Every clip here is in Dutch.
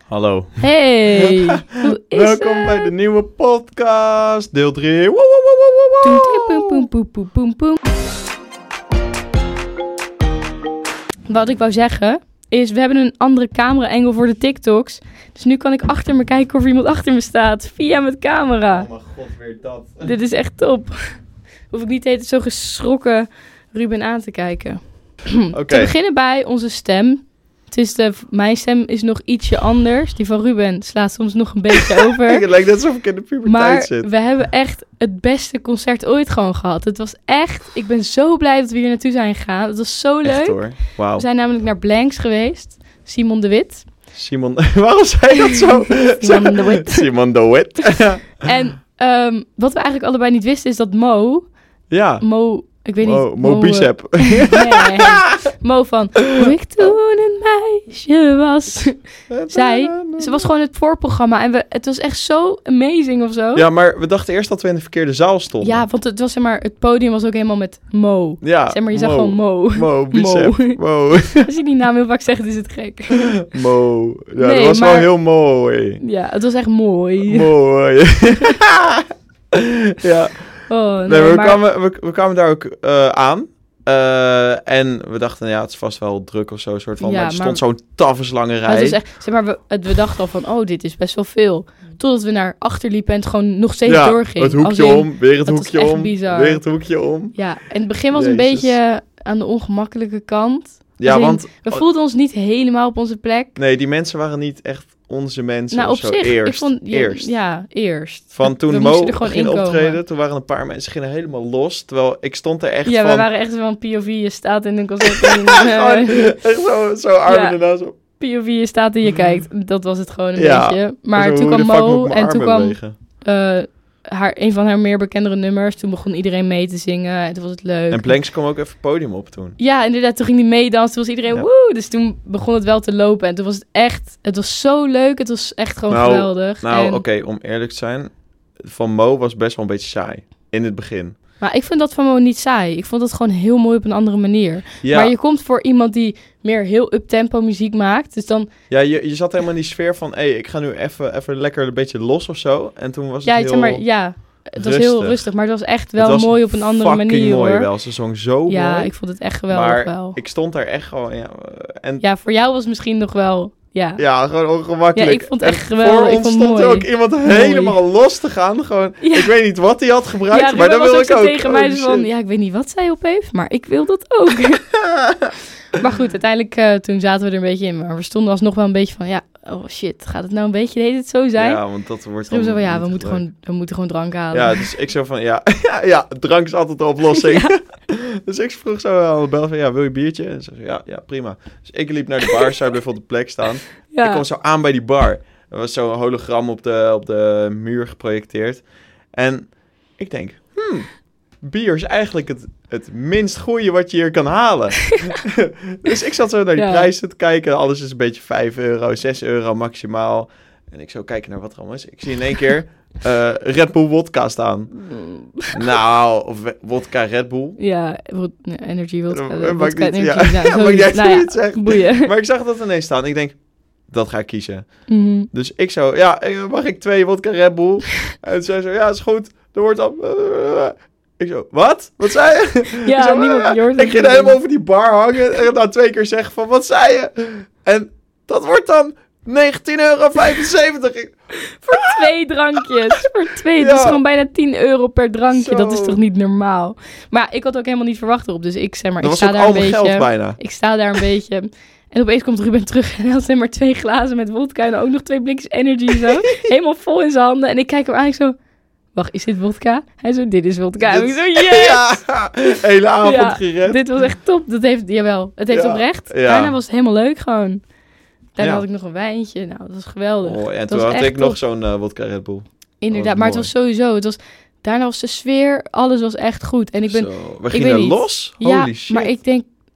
Hallo. Hey, hoe is Welkom het? bij de nieuwe podcast, deel 3. Wat ik wou zeggen is, we hebben een andere camera-angle voor de TikToks. Dus nu kan ik achter me kijken of er iemand achter me staat, via mijn camera. Oh mijn god, weer dat. Dit is echt top. Hoef ik niet de hele tijd zo geschrokken Ruben aan te kijken. Oké. Te beginnen bij onze stem. Mijn stem is nog ietsje anders. Die van Ruben slaat soms nog een beetje over. Het lijkt net alsof ik in de puberteit Maar zit. we hebben echt het beste concert ooit gewoon gehad. Het was echt... Ik ben zo blij dat we hier naartoe zijn gegaan. Het was zo leuk. Echt hoor. Wauw. We zijn namelijk naar Blanks geweest. Simon de Wit. Simon, waarom zei je dat zo? Simon de Wit. Simon de Wit. En wat we eigenlijk allebei niet wisten is dat Mo... Ja. Ik weet niet... Mo Bicep. Nee. Mo van... Hoe ik toen een meisje was. Ze was gewoon het voorprogramma. En het was echt zo amazing of zo. Ja, maar we dachten eerst dat we in de verkeerde zaal stonden. Ja, want het was zeg maar... Het podium was ook helemaal met Mo. Ja, Zeg maar, je zag gewoon Mo. Mo Bicep. Mo. Als je die naam heel vaak zegt, is het gek. Mo. Ja, Nee, dat was maar- wel heel mooi. Ja, het was echt mooi. Mooi. Ja. Oh, Nee, nee, we kwamen daar ook aan. En we dachten, ja, het is vast wel druk of zo. Soort van, Ja, maar er maar- stond zo'n tafelslange het rij. was echt, zeg maar, we dachten al van, oh, dit is best wel veel. Totdat we naar achter liepen en het gewoon nog steeds doorging. het hoekje Als in- om, weer het dat was hoekje echt om, bizar. weer het hoekje om. Ja, en het begin was een Jezus. beetje aan de ongemakkelijke kant. Ja, Als in, want we voelden ons niet helemaal op onze plek. nee, die mensen waren niet echt onze mensen Nou, of op zo. zich, Eerst. ik vond... Eerst. Ja, eerst. Van toen we Mo moesten er gewoon ging inkomen. optreden, toen waren een paar mensen gingen helemaal los. Terwijl ik stond er echt Ja, van... we waren echt van POV, je staat in een concert. Gewoon echt zo armen Ja. ernaast op. POV, je staat en je kijkt. Dat was het gewoon een Ja. beetje. Maar Zo, toen hoe kwam de fuck moet ik Mo mijn en toen armen kwam bewegen? een van haar meer bekendere nummers. Toen begon iedereen mee te zingen en toen was het leuk. En Blanks kwam ook even het podium op toen. Ja, inderdaad. Toen ging die meedansen. Toen was iedereen Ja. woe. Dus toen begon het wel te lopen. En toen was het echt... Het was zo leuk. Het was echt gewoon geweldig. Nou, En- oké, om eerlijk te zijn, van Mo was best wel een beetje saai in het begin. Maar ik vind dat van Mo niet saai. Ik vond het gewoon heel mooi op een andere manier. Ja, Maar je komt voor iemand die meer heel up-tempo muziek maakt. Dus dan... ja je zat helemaal in die sfeer van, ik ga nu even lekker een beetje los of zo. En toen was het Ja, heel zeg maar, ja, het was heel rustig. Maar het was echt wel het was mooi op een andere fucking manier, mooi hoor. wel. Ze zong zo Ja, mooi. ik vond het echt geweldig maar wel. ik stond daar echt gewoon, en Ja, voor jou was het misschien nog wel... Ja, ja, gewoon ongemakkelijk. Ja, ik vond het echt En geweldig. Voor Ik ons vond het stond er mooi. ook iemand Mooi. helemaal los te gaan. Gewoon, Ja. ik weet niet wat hij had gebruikt, ja, maar dat was wil ook ik zo ook. tegen mij Oh, dus van... shit. Ja, ik weet niet wat zij op heeft, maar ik wil dat ook. Maar goed, uiteindelijk toen zaten we er een beetje in. Maar we stonden alsnog wel een beetje van... Ja, oh shit, gaat het nou een beetje de hele tijd zo zijn? Ja, want dat wordt Toen zo van, dan ja, niet we moeten gewoon drank halen. Ja, dus ik zo van, ja, drank is altijd de oplossing. Dus ik vroeg zo aan de bel van, ja, wil je biertje? En ze zei, ja, prima. Dus ik liep naar de bar, zij bleef op de plek staan. Ja. Ik kwam zo aan bij die bar. Er was zo'n hologram op de muur geprojecteerd. En ik denk, bier is eigenlijk het minst goede wat je hier kan halen. Dus ik zat zo naar die Ja. prijzen te kijken. Alles is een beetje €5, €6 maximaal. En ik zo kijken naar wat er allemaal is. Ik zie in één keer Red Bull wodka staan. Nou, of wodka Red Bull. Ja, energy vodka. Maakt Vodka niet- energy. ja. Ja, Maakt niet uit nou hoe je ja, het zegt. boeien. Maar ik zag dat ineens staan. Ik denk, dat ga ik kiezen. Mhm. Dus ik zo, ja, mag ik 2 wodka Red Bull? En zij zo, ja, is goed. Er wordt al... Ik zo, wat? Wat zei je? Ja, Ik zo, niemand je hoort het ik ging niet. helemaal over die bar hangen en dan 2 keer zeggen van, wat zei je? En dat wordt dan €19,75. Voor 2 drankjes. Voor 2. Ja. Dat is gewoon bijna €10 per drankje. Zo. Dat is toch niet normaal? Maar ja, ik had ook helemaal niet verwacht erop. Dus ik zeg maar, Dat ik was sta ook daar al een mijn beetje... geld bijna. Ik sta daar een beetje... En opeens komt Ruben terug en hij had zeg maar 2 glazen met vodka en ook nog 2 blikjes energy zo. Helemaal vol in zijn handen. En ik kijk hem aan en ik zo... Wacht, is dit vodka? Hij zo, dit is vodka. En ik zo, yes! Ja, hele avond Ja, gered. Dit was echt top. Dat heeft, jawel, het heeft Ja, oprecht. ja. Daarna was het helemaal leuk gewoon. Daarna Ja. had ik nog een wijntje. Nou, dat was geweldig. Oh, en Dat toen was had echt ik nog top. zo'n wodka Red Bull. Inderdaad, maar het was sowieso... Daarna was de sfeer, alles was echt goed. En ik ben... Zo, we weet gingen niet. los? Ja, Holy shit. maar ik denk...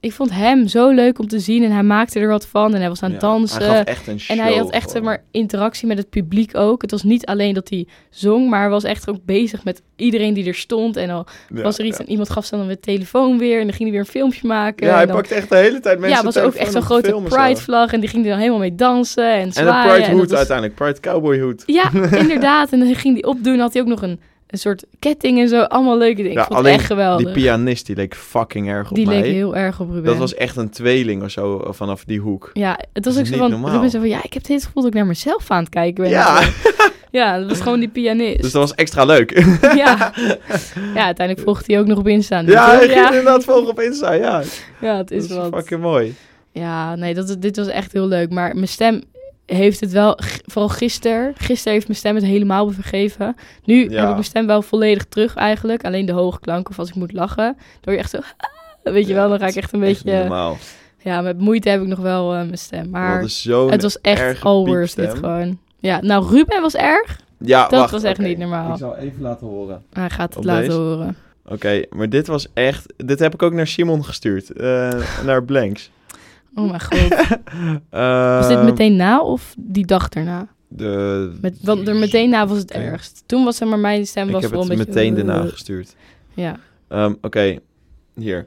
ik vond hem zo leuk om te zien en hij maakte er wat van en hij was aan het dansen. Hij gaf echt een show. En hij had echt, zeg maar, interactie met het publiek ook. Het was niet alleen dat hij zong, maar hij was echt ook bezig met iedereen die er stond. En al was er iets en iemand gaf dan weer de telefoon weer en dan ging hij weer een filmpje maken. Ja, hij dan, pakte echt de hele tijd mensen. Ja, was ook echt zo'n grote Pride-vlag en die ging er dan helemaal mee dansen en zwaaien. En een Pride-hoed uiteindelijk, Pride-cowboy-hoed. Ja, inderdaad. En dan ging die opdoen, had hij ook nog een soort ketting en zo. Allemaal leuke dingen. Ja, ik vond het echt geweldig. Die pianist, die leek fucking erg op mij. Die leek heel erg op Ruben. Dat was echt een tweeling of zo vanaf die hoek. Ja, het was ook zo niet van... normaal. Ruben zei van, ja, ik heb het hele gevoel dat ik naar mezelf aan het kijken ben. Ja. Ja, dat was gewoon die pianist. Dus dat was extra leuk. Ja. Ja, uiteindelijk volgde hij ook nog op Insta. Ja, hij ging inderdaad volgen op Insta, ja. Ja, het is dat wat. fucking mooi. Ja, nee, dit was echt heel leuk. Maar mijn stem heeft het wel, vooral gisteren heeft mijn stem het helemaal vergeven. Nu heb ik mijn stem wel volledig terug eigenlijk. Alleen de hoge klanken of als ik moet lachen. Dan word je echt zo, weet je wel, dan ga ik echt een beetje... normaal. Ja, met moeite heb ik nog wel mijn stem. Maar het was echt alworst dit gewoon. Ja, nou Ruben was erg. Ja, dat was echt niet normaal. Ik zal even laten horen. Hij gaat het laten horen. Oké, maar dit was echt... Dit heb ik ook naar Simon gestuurd. Naar Blanks. Oh mijn god. Was dit meteen na of die dag erna? Want er meteen na was het ergst. Toen was maar mijn stem was vooral een beetje... Ik heb het meteen daarna gestuurd. Ja. Oké, hier.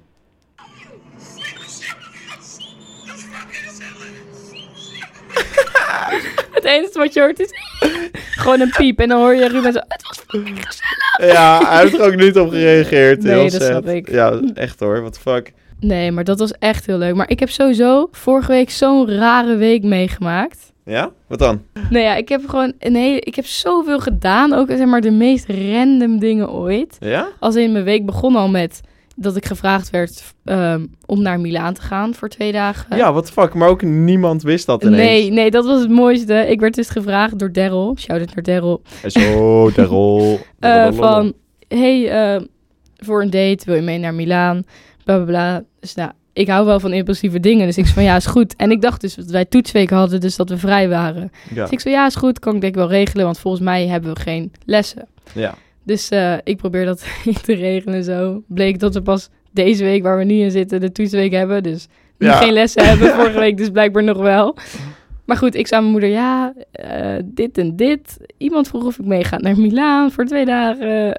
Het enige wat je hoort is gewoon een piep. En dan hoor je Ruben zo... Het was gezellig. Ja, hij heeft er ook niet op gereageerd. Nee, heel dat sad. snap ik. Ja, echt hoor. What the fuck. Nee, maar dat was echt heel leuk. Maar ik heb sowieso vorige week zo'n rare week meegemaakt. Ja? Wat dan? Nou ja, ik heb gewoon ik heb zoveel gedaan. Ook zeg maar de meest random dingen ooit. Ja? Als in mijn week begon al met dat ik gevraagd werd om naar Milaan te gaan voor 2 dagen. Ja, what the fuck. Maar ook niemand wist dat ineens. Nee, dat was het mooiste. Ik werd dus gevraagd door Daryl. Shout-out naar Daryl. Zo, Daryl. Van, hey, voor een date wil je mee naar Milaan? Bla, bla, bla. Dus nou, ik hou wel van impulsieve dingen. Dus ik zei van, ja, is goed. En ik dacht dus dat wij toetsweek hadden, dus dat we vrij waren. Ja. Dus ik zei, ja, is goed. Kan ik denk ik wel regelen, want volgens mij hebben we geen lessen. Ja. Dus ik probeer dat te regelen en zo. Bleek dat we pas deze week, waar we nu in zitten, de toetsweek hebben. Dus nu geen lessen hebben. Vorige week dus blijkbaar nog wel. Maar goed, ik zei aan mijn moeder, dit en dit. Iemand vroeg of ik meega naar Milaan voor 2 dagen.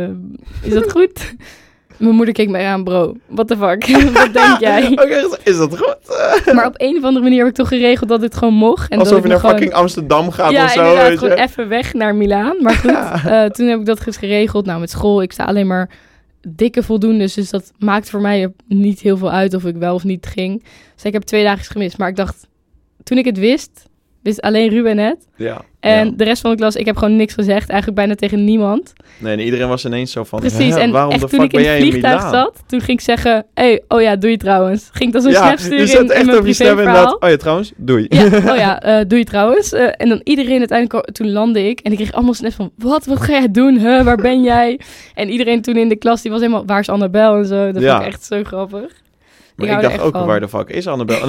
Is dat goed? Mijn moeder keek mij aan, bro. What the fuck? Wat denk jij? Oké, is dat goed? Maar op een of andere manier heb ik toch geregeld dat dit gewoon mocht. En alsof je naar fucking Amsterdam gaat of zo. Ja, inderdaad, gewoon even weg naar Milaan. Maar goed, toen heb ik dat geregeld. Nou, met school, ik sta alleen maar dikke voldoendes. Dus dat maakt voor mij niet heel veel uit of ik wel of niet ging. Dus ik heb 2 dagen gemist. Maar ik dacht, toen ik het wist alleen Ruben het. Ja. En de rest van de klas, ik heb gewoon niks gezegd. Eigenlijk bijna tegen niemand. Nee, iedereen was ineens zo van... Precies, en waarom echt de toen fuck ik in ben het jij vliegtuig zat, toen ging ik zeggen... oh ja, doe je trouwens. Ging ik dan zo'n snap sturen je zet in echt mijn op je stem privéverhaal. oh ja, trouwens, doei. Ja, doe je trouwens. En dan iedereen uiteindelijk, toen landde ik. En ik kreeg allemaal snaps van, wat ga jij doen? Waar ben jij? En iedereen toen in de klas, die was helemaal, waar is Annabel? En zo. Dat vond ik echt zo grappig. Maar ik dacht ook, waar de fuck is Annabel?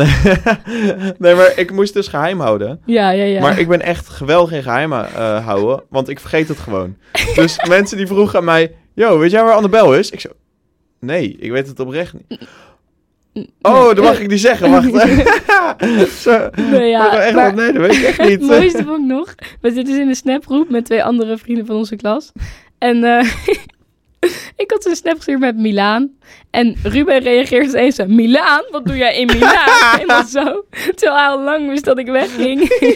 Nee, maar ik moest dus geheim houden. Ja. Maar ik ben echt geweldig in geheim houden, want ik vergeet het gewoon. Dus mensen die vroegen aan mij, yo, weet jij waar Annabel is? Ik zo, nee, ik weet het oprecht niet. Oh, dat mag ik niet zeggen, wacht. Zo, nee, dat weet ik echt niet. Het mooiste vond ik nog, we zitten dus in een snapgroep met 2 andere vrienden van onze klas. En... ik had zo'n snap gestuurd met Milaan. En Ruben reageert dus eens zo... Milaan? Wat doe jij in Milaan? Helemaal zo. Terwijl hij al lang wist dat ik wegging.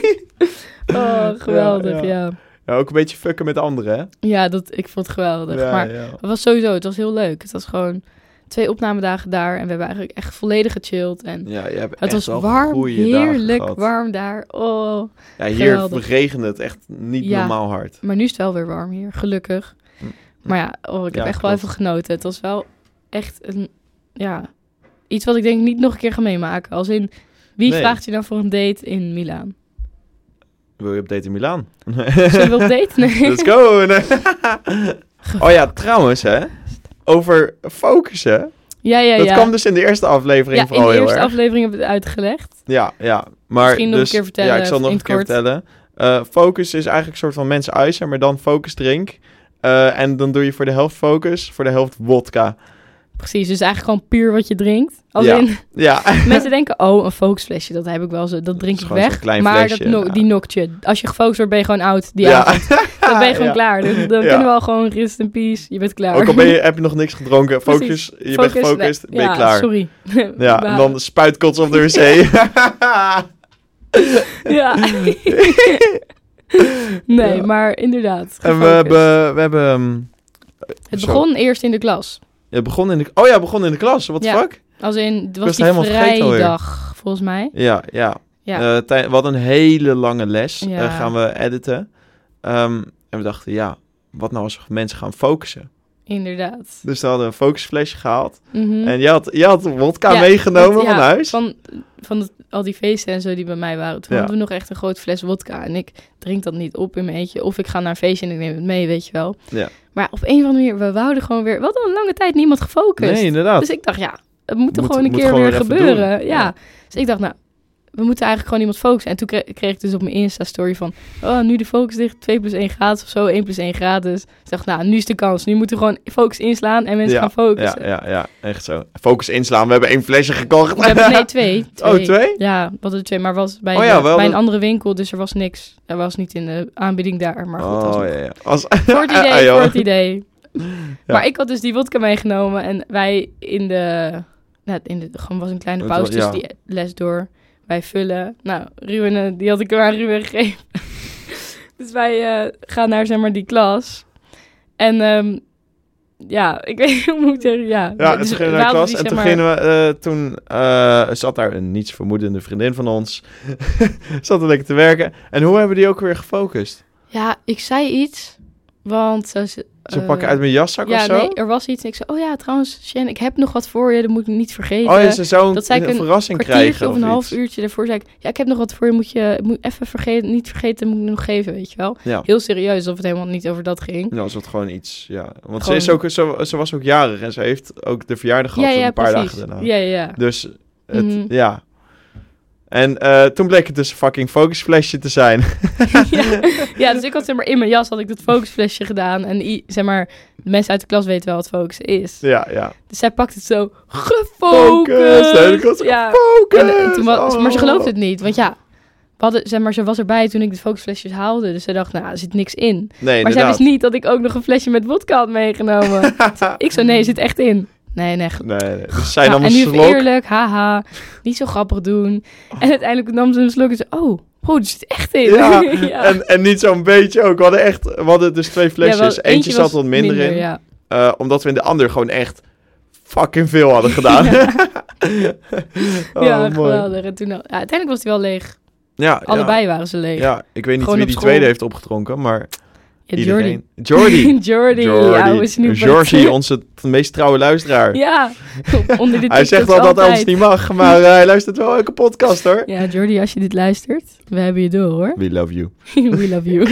Oh, geweldig, ja. Ja, ook een beetje fucken met anderen, hè? Ja, ik vond het geweldig. Ja, maar het was sowieso... Het was heel leuk. Het was gewoon 2 opnamedagen daar. En we hebben eigenlijk echt volledig gechilled. En ja, je hebt het echt was warm, heerlijk warm daar. Oh, ja, hier regende het echt niet normaal hard. Maar nu is het wel weer warm hier, gelukkig. Maar ja, ik heb echt wel even genoten. Het was wel echt iets wat ik denk niet nog een keer ga meemaken. Als in, wie vraagt je dan voor een date in Milaan? Wil je op date in Milaan? Zullen we op date? Nee. Let's go! Oh ja, trouwens hè, over focussen. Ja. Dat kwam dus in de eerste aflevering vooral heel erg. in de eerste aflevering heb ik het uitgelegd. Ja. Maar misschien nog een keer vertellen. Ja, ik zal nog een keer vertellen. Focus is eigenlijk een soort van mensen ijzer, maar dan focus drink. En dan doe je voor de helft focus, voor de helft wodka. precies. Dus eigenlijk gewoon puur wat je drinkt. Als Ja. in, Ja. mensen denken, een focusflesje, dat heb ik wel zo. Dat drink is ik gewoon zo'n weg. klein Maar flesje, die nokt je. Als je gefocust wordt, ben je gewoon oud. Die Ja. avond. Dan ben je gewoon Ja. klaar. Dus dan Ja. kunnen we al gewoon rest in peace. Je bent klaar. Ook al heb je nog niks gedronken, Precies. je bent gefocust, ben je klaar. Sorry. Ja, en dan spuitkots op de wc. Ja. Nee, maar inderdaad. En gefocust. we hebben... Het zo. begon eerst in de klas. Het begon in de klas. What the Ja. fuck? Als in, het was was het die helemaal vergeten alweer. vrijdag, volgens mij. Ja. Ja. We hadden een hele lange les. Ja. Gaan we editen. En we dachten, wat nou als we mensen gaan focussen? Inderdaad. Dus we hadden een focusflesje gehaald. Mhm. En je had wodka Ja, meegenomen want, van ja, huis. Van al die feesten en zo die bij mij waren. Toen Ja. hadden we nog echt een groot fles wodka. En ik drink dat niet op in mijn eentje. Of ik ga naar een feestje en ik neem het mee, weet je wel. Ja. Maar op een of andere manier, we wouden gewoon weer... We hadden al een lange tijd niemand gefocust. Nee, inderdaad. Dus ik dacht, het moet toch Moet- gewoon een moet keer gewoon weer weer even gebeuren. doen. Ja. Ja. Dus ik dacht, we moeten eigenlijk gewoon iemand focussen. En toen kreeg ik dus op mijn Insta-story van... nu de focus dicht, 2+1 gratis of zo, 1+1 gratis. Dus ik dacht, nu is de kans. Nu moeten we gewoon focus inslaan en mensen gaan focussen. Ja, echt zo. Focus inslaan. We hebben 1 flesje gekocht. We hebben, 2. Oh, 2? Ja, we hadden 2, maar was bij, wel bij een dat- andere winkel, dus er was niks. Er was niet in de aanbieding daar, maar goed. alsnog. Ja. Als... Voor het idee, joh. voor het idee. Ja. Maar ik had dus die wodka meegenomen en wij gewoon was een kleine pauze tussen die les door. Wij vullen. Nou, Ruben, die had ik aan Ruben gegeven. Dus wij gaan naar, zeg maar, die klas. En ik weet niet hoe moet ik zeggen. Ja, Ja, dus toen gingen we we naar de hadden klas die, en zeg toen maar- gingen we, toen zat daar een nietsvermoedende vriendin van ons. Zat er lekker te werken. En hoe hebben die ook weer gefocust? Ja, ik zei iets, want Ze pakken uit mijn jaszak of zo? Nee, er was iets. En ik zei, trouwens, Sjen, ik heb nog wat voor je. Dat moet ik niet vergeten. Oh ja, ze zou dat zei ik een een verrassing kwartiertje krijgen of een half iets. uurtje daarvoor zei ik, ik heb nog wat voor je. Moet even vergeten, niet vergeten, moet ik nog geven, weet je wel. Ja. Heel serieus, alsof het helemaal niet over dat ging. Nou, ze had gewoon iets, ja. Want Gewoon- ze was ook jarig en ze heeft ook de verjaardag gehad van een paar precies. dagen daarna. Ja. Dus, Mhm. ja. En toen bleek het dus een fucking focusflesje te zijn. Ja, dus ik had, zeg maar, in mijn jas had ik dat focusflesje gedaan. En zeg maar, de mensen uit de klas weten wel wat focus is. Ja. Dus zij pakt het zo, Focus! gefocust! De hele klas, Ja. focus! En toen maar ze Oh. geloofde het niet, want ja, we hadden, zeg maar, ze was erbij toen ik de focusflesjes haalde. Dus ze dacht, er zit niks in. Nee, Maar zij inderdaad. wist niet dat ik ook nog een flesje met wodka had meegenomen. Ik zo, nee, zit echt in. Nee. Nee. Dus zij nam en een nu even slok. eerlijk, haha, niet zo grappig doen. En uiteindelijk nam ze een slok en zei, bro, er zit echt in. Ja, Ja. en niet zo'n beetje ook. We hadden dus 2 flesjes. wel, Eentje zat was wat minder in. Ja. Omdat we in de ander gewoon echt fucking veel hadden gedaan. Ja, mooi. geweldig. En toen, uiteindelijk was die wel leeg. Ja, Allebei waren ze leeg. Ja, ik weet niet Gewoon wie op die school. tweede heeft opgedronken, maar Ja, iedereen. Jordi. Jordi. Ja, hoe is hij nu Georgie, onze meest trouwe luisteraar. Ja, onder de Hij zegt wel dat hij ons niet mag, maar hij luistert wel elke podcast, hoor. Ja, Jordi, als je dit luistert, we hebben je door, hoor. We love you. We love you.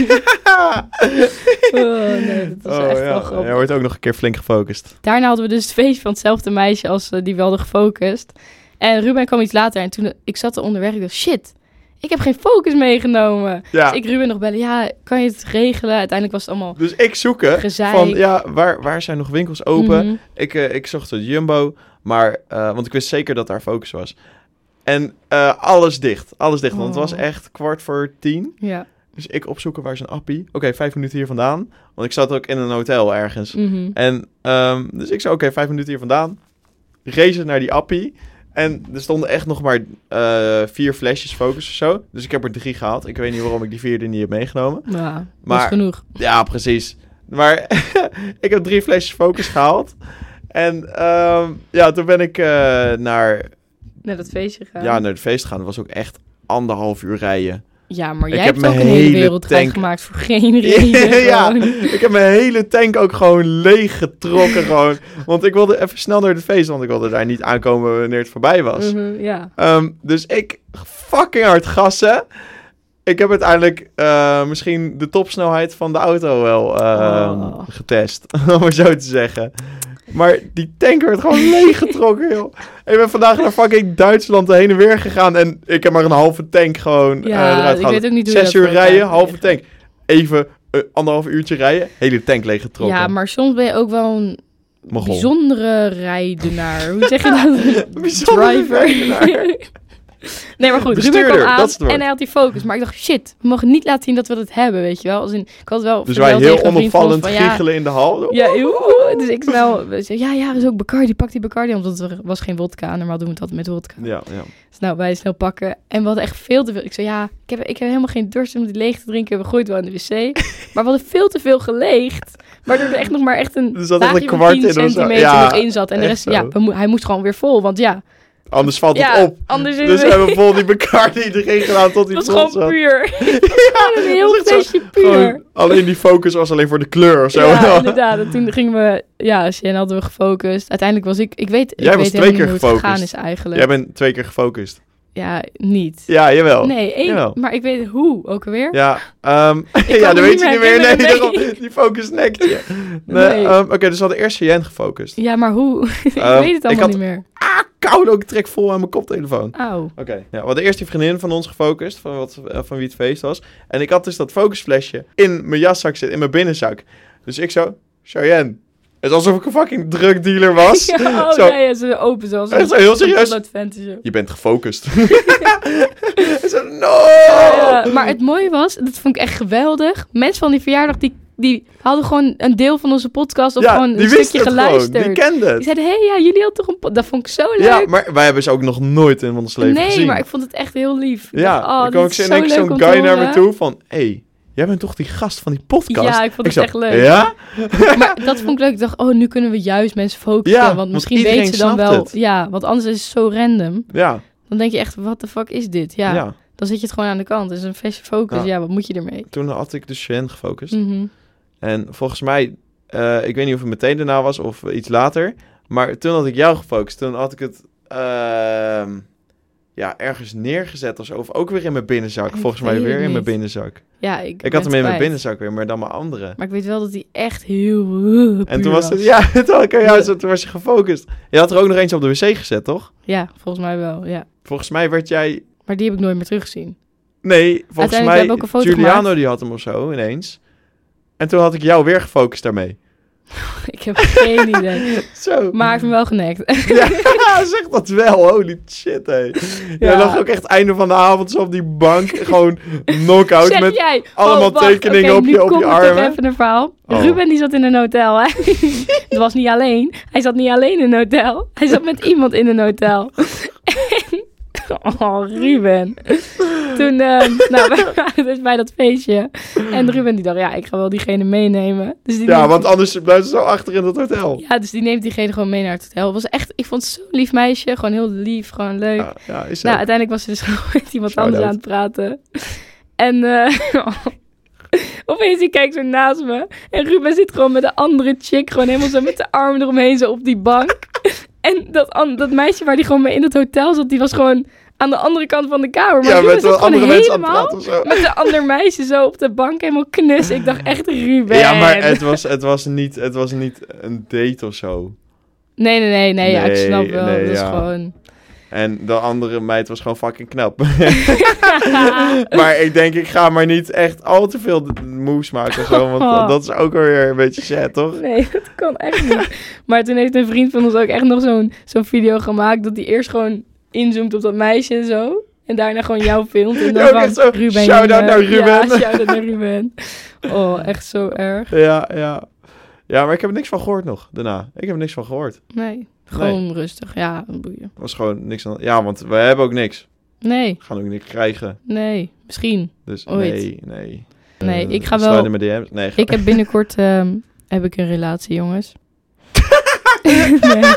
Nee, dat was echt wel grappig. Hij wordt ook nog een keer flink gefocust. Daarna hadden we dus het feest van hetzelfde meisje als die we hadden gefocust. En Ruben kwam iets later en toen ik zat er onderweg, ik dacht, shit, ik heb geen focus meegenomen. Ja. Dus ik Ruben nog bellen, ja, kan je het regelen? Uiteindelijk was het allemaal... Dus ik zoeken Gezeik. van, ja, waar zijn nog winkels open? Mhm. Ik zocht de Jumbo, maar, want ik wist zeker dat daar focus was. En alles dicht, want het was echt 9:15. Ja. Dus ik opzoeken waar is een appie. Oké, 5 minuten hier vandaan. Want ik zat ook in een hotel ergens. Mhm. En dus ik zei, oké, 5 minuten hier vandaan. Race naar die appie. En er stonden echt nog maar 4 flesjes focus of zo. Dus ik heb er 3 gehaald. Ik weet niet waarom ik die 4e niet heb meegenomen. Ja, dat Maar- is genoeg. Ja, precies. Maar ik heb 3 flesjes focus gehaald. En toen ben ik naar dat feestje gaan. het feest gegaan. Dat was ook echt 1,5 uur rijden. Ja, maar Ik jij heb hebt ook mijn een hele hele wereldreis tank- gemaakt voor geen reden. Ja, gewoon. ik heb mijn hele tank ook gewoon leeg getrokken gewoon. Want ik wilde even snel naar het feest, want ik wilde daar niet aankomen wanneer het voorbij was. Mhm, ja. Dus ik fucking hard gassen. Ik heb uiteindelijk misschien de topsnelheid van de auto wel getest, om het zo te zeggen. Maar die tank werd gewoon leeggetrokken, joh. Ik ben vandaag naar fucking Duitsland heen en weer gegaan en ik heb maar een halve tank gewoon Ja, eruit ik gehaald. weet ook niet hoe je 6 dat uur voor elkaar rijden, halve krijgt. tank. Even 1,5 uurtje rijden, hele tank leeggetrokken. Ja, maar soms ben je ook wel bijzondere rijdenaar. Hoe zeg je dat? Bijzondere rijdenaar. Nee, maar goed. Ruben Bestuurder, kwam aan dat is het woord. en hij had die focus. Maar ik dacht, shit, we mogen niet laten zien dat we dat hebben, weet je wel. Als in, ik had wel Dus wij verteld heel tegen een vriend van ons onopvallend van, giechelen in de hal. Ja, dus ik snel... Ja, er is ook Bacardi. Pak die Bacardi. Want er was geen wodka. Normaal doen we het altijd met wodka. Ja. Dus nou, wij snel pakken. En we hadden echt veel te veel... Ik zei, ja, ik heb helemaal geen dorst om die leeg te drinken. We gooien het wel in de wc. Maar we hadden veel te veel geleegd. Waardoor er echt nog maar echt een Er zat echt laagje een van kwart 10 in of zo. centimeter Ja, nog in zat. En de echt rest, zo. ja, hij moest gewoon weer vol. Want ja... Anders valt het Ja, op. anders is Dus we het... hebben vol die Bacardi erin gedaan tot die Het was vol gewoon zat. puur. Ja, Een heel dat is echt zo. flesje puur. Gewoon, alleen die focus was alleen voor de kleur of zo. Ja, inderdaad. En toen gingen we... Ja, Sjen hadden we gefocust. Uiteindelijk was ik weet Jij was 2 helemaal niet keer hoe het gefocust. gegaan is eigenlijk. Jij bent 2 keer gefocust. Ja, niet. Ja, jawel. Nee, Jawel. maar ik weet hoe ook alweer. Ja, kan ja, me dat weet je niet niet meer meer. Nee, herinneren, daarom, die focus nekt je. Nee, Nee. Oké, dus we hadden eerst Cheyenne gefocust. Ja, maar hoe? Ik weet het ik allemaal had- niet meer. Koud ook, trek vol aan mijn koptelefoon. Auw. Oké, ja, we hadden eerst die vriendin van ons gefocust, van wie het feest was. En ik had dus dat focusflesje in mijn jaszak zitten, in mijn binnenzak. Dus ik zo, Cheyenne, het is alsof ik een fucking drugdealer was. Ja, Zo. ja, ze open zoals Echt zo, heel serieus. Dat fantasy. Je bent gefocust. Ik zo, no! Maar het mooie was, dat vond ik echt geweldig. Mensen van die verjaardag, die hadden gewoon een deel van onze podcast of Ja, gewoon die een wisten stukje het gewoon. geluisterd. Die kenden het. Die zeiden, ja, jullie hadden toch een podcast. Dat vond ik zo leuk. Ja, maar wij hebben ze ook nog nooit in ons leven Nee, gezien. maar ik vond het echt heel lief. Ik Ja, dacht, dan dit kwam ik is in zo één keer leuk zo'n om te guy naar me horen. toe van... Hey, jij bent toch die gast van die podcast? Ja, ik vond het zo, echt leuk. Ja? Maar dat vond ik leuk. Ik dacht, nu kunnen we juist mensen focussen. Ja, want want misschien iedereen weten ze dan snapt wel... het. Ja, want anders is het zo random. Ja. Dan denk je echt, what the fuck is dit? Ja, Ja. dan zit je het gewoon aan de kant. Het is een flesje focus. Ja. Ja, wat moet je ermee? Toen had ik dus Cheyenne gefocust. Mhm. En volgens mij... ik weet niet of het meteen daarna was of iets later. Maar toen had ik jou gefocust. Toen had ik het... ergens neergezet of zo. Of ook weer in mijn binnenzak. Ik Volgens mij weet weer het in mijn niet. binnenzak. Ja, Ik ben had hem in mijn kwijt. binnenzak weer, maar dan mijn andere. Maar ik weet wel dat hij echt heel En puur toen was het... Ja, toen had ik aan jou, toen was je gefocust. Je had er ook nog eentje op de wc gezet, toch? Ja, volgens mij wel, ja. Volgens mij werd jij... Maar die heb ik nooit meer teruggezien. Nee, volgens Uiteindelijk mij... hebben we ook een foto Giuliano gemaakt. die had hem of zo, ineens. En toen had ik jou weer gefocust daarmee. Ik heb geen idee. Zo. Maar hij heeft me wel genekt. Ja, zeg dat wel. Holy shit, hé. Jij Ja. lag ook echt einde van de avond zo op die bank. Gewoon knock-out Zeg met... jij? allemaal wacht, tekeningen oké, op nu je komt er armen. toch even een verhaal. Oh. Ruben die zat in een hotel, hè. Het was niet alleen. Hij zat niet alleen in een hotel. Hij zat met iemand in een hotel. Oh, Ruben. Toen, we waren dus bij dat feestje. En Ruben die dacht, ja, ik ga wel diegene meenemen. Dus die Ja, neemt- want anders blijft ze zo achter in dat hotel. Ja, dus die neemt diegene gewoon mee naar het hotel. Het was echt, ik vond het zo'n lief meisje. Gewoon heel lief, gewoon leuk. Ja, is Nou, zo. uiteindelijk was ze dus gewoon met iemand Shout-out. anders aan het praten. En opeens ik kijk zo naast me. En Ruben zit gewoon met de andere chick. Gewoon helemaal zo met de armen eromheen zo op die bank. En dat meisje waar die gewoon mee in het hotel zat, die was gewoon aan de andere kant van de kamer. Maar Ja, Ruben met zat de gewoon andere mensen aan het helemaal praten of zo. met de andere meisje zo op de bank helemaal knus. Ik dacht echt, Ruben. Ja, maar het was niet een date of zo. Nee, ja, ik Nee, snap wel. nee, Dat is ja. gewoon... En de andere meid was gewoon fucking knap. Maar ik denk, ik ga maar niet echt al te veel moves maken of zo. Want dat is ook weer een beetje sad, toch? Nee, dat kan echt niet. Maar toen heeft een vriend van ons ook echt nog zo'n video gemaakt... dat hij eerst gewoon inzoomt op dat meisje en zo. En daarna gewoon jou filmt. En dan Ja, ook van echt zo, Ruben. shout-out naar Ruben. Ja, shout-out naar Ruben. Oh, echt zo erg. Ja. Ja, maar ik heb er niks van gehoord nog, daarna. Ik heb er niks van gehoord. Nee, gewoon rustig. Ja, boeien. Er was gewoon niks aan... Ja, want we hebben ook niks. Nee, We gaan ook niks krijgen. misschien. Dus Ooit. nee. Nee, ik ga slide wel... in mijn DM's. Nee, Ik heb binnenkort heb ik een relatie, jongens. Nee.